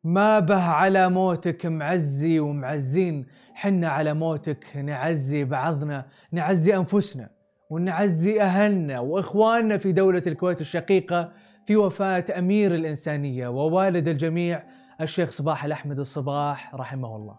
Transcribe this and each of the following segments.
ما به على موتك معزي ومعزين، حنا على موتك نعزي بعضنا، نعزي أنفسنا ونعزي أهلنا وإخواننا في دولة الكويت الشقيقة في وفاة أمير الإنسانية ووالد الجميع الشيخ صباح الأحمد الصباح رحمه الله.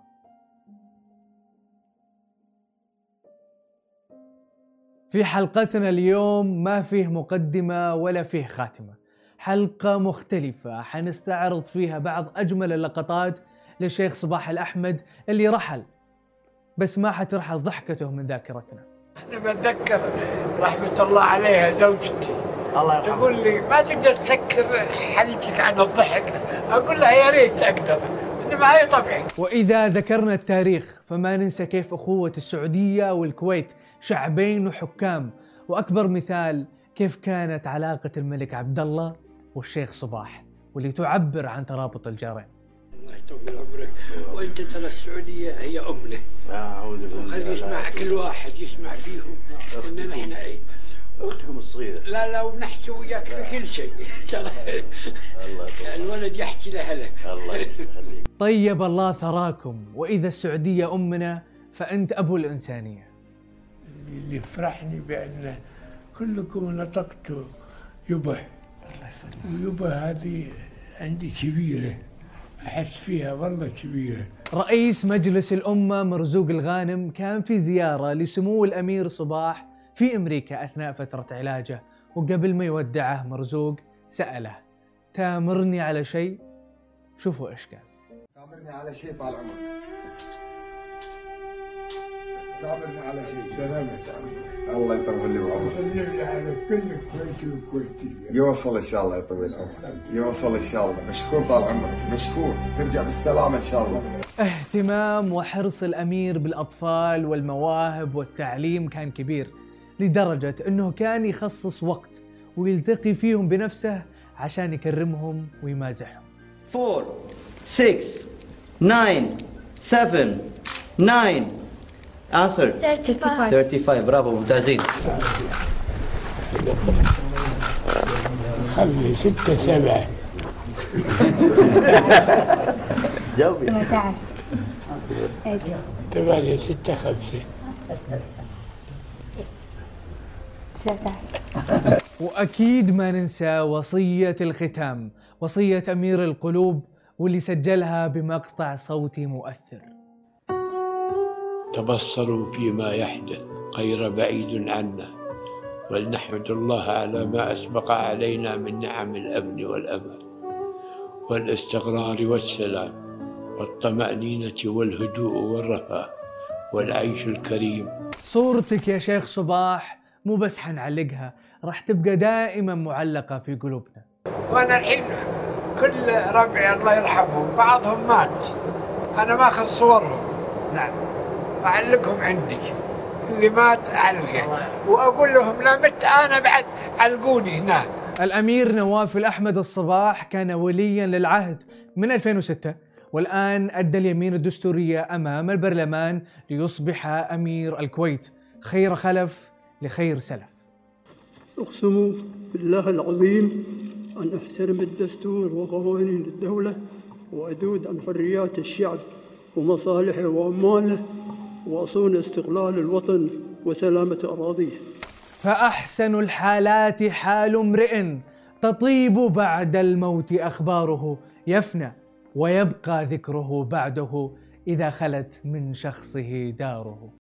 في حلقتنا اليوم ما فيه مقدمة ولا فيه خاتمة، حلقة مختلفة حنستعرض فيها بعض أجمل اللقطات للشيخ صباح الأحمد اللي رحل، بس ما حترحل ضحكته من ذاكرتنا. أنا بتذكر رحمة الله عليها زوجتي الله يرحمها تقول لي ما تقدر تسكر حلتك عن الضحك، أقول لها يا ريت أقدر، إنما هي طبعي. وإذا ذكرنا التاريخ فما ننسى كيف أخوة السعودية والكويت شعبين وحكام، وأكبر مثال كيف كانت علاقة الملك عبد الله والشيخ صباح، واللي تعبر عن ترابط الجارين. الله يطول عمرك، وانت ترى السعوديه هي امنا. اعوذ بالله. وخلي يسمع كل واحد يسمع فيهم ان نحن ايه اختكم الصغيره. لا ونحكي وياك في كل شيء ترى. الولد يحكي لاهله. الله يخليك. طيب الله ثراكم، واذا السعوديه امنا فانت ابو الانسانيه. اللي يفرحني بان كلكم نطقتوا يبه. الله يسلمك. ويبه هذه عندي كبيره، أحس فيها والله كبيرة. رئيس مجلس الأمة مرزوق الغانم كان في زيارة لسمو الأمير صباح في أمريكا أثناء فترة علاجه، وقبل ما يودعه مرزوق سأله: تامرني على شيء؟ شوفوا إيش قال. تامرني على شيء طال عمرك. تامرني على شيء. سلامتك. الله يطول لي بعمرك. سلم لي على كل كويتي وكويتي. يوصل ان شاء الله، يطول عمرك. يوصل ان شاء الله. مشكور طال عمرك، مشكور. ترجع بالسلامه ان شاء الله. اهتمام وحرص الأمير بالأطفال والمواهب والتعليم كان كبير، لدرجة أنه كان يخصص وقت ويلتقي فيهم بنفسه عشان يكرمهم ويمازحهم. 4 6 9 7 9 answer 35. برافو ممتازين. خلي 6 7 جاوبي. 18 8 6 5 19. وأكيد ما ننسى وصية الختام، وصية أمير القلوب، واللي سجلها بمقطع صوتي مؤثر. تبصروا فيما يحدث غير بعيد عنا، ولنحمد الله على ما أسبق علينا من نعم الأمن والأمان والاستقرار والسلام والطمأنينة والهدوء والرفاه والعيش الكريم. صورتك يا شيخ صباح مو بس حنعلقها، راح تبقى دائما معلقة في قلوبنا. وأنا الحين كل ربعي الله يرحمهم بعضهم مات، أنا ماخذ صورهم. نعم. أعلقهم عندي، اللي مات أعلقه وأقول لهم لا مت أنا بعد علقوني هنا. الأمير نواف الأحمد الصباح كان وليا للعهد من 2006، والآن أدى اليمين الدستورية أمام البرلمان ليصبح أمير الكويت، خير خلف لخير سلف. أقسم بالله العظيم أن أحترم الدستور وقوانين الدولة، وأذود عن حريات الشعب ومصالحه وأمواله، وأصون استقلال الوطن وسلامة أراضيه. فأحسن الحالات حال امرئ تطيب بعد الموت أخباره، يفنى ويبقى ذكره بعده إذا خلت من شخصه داره.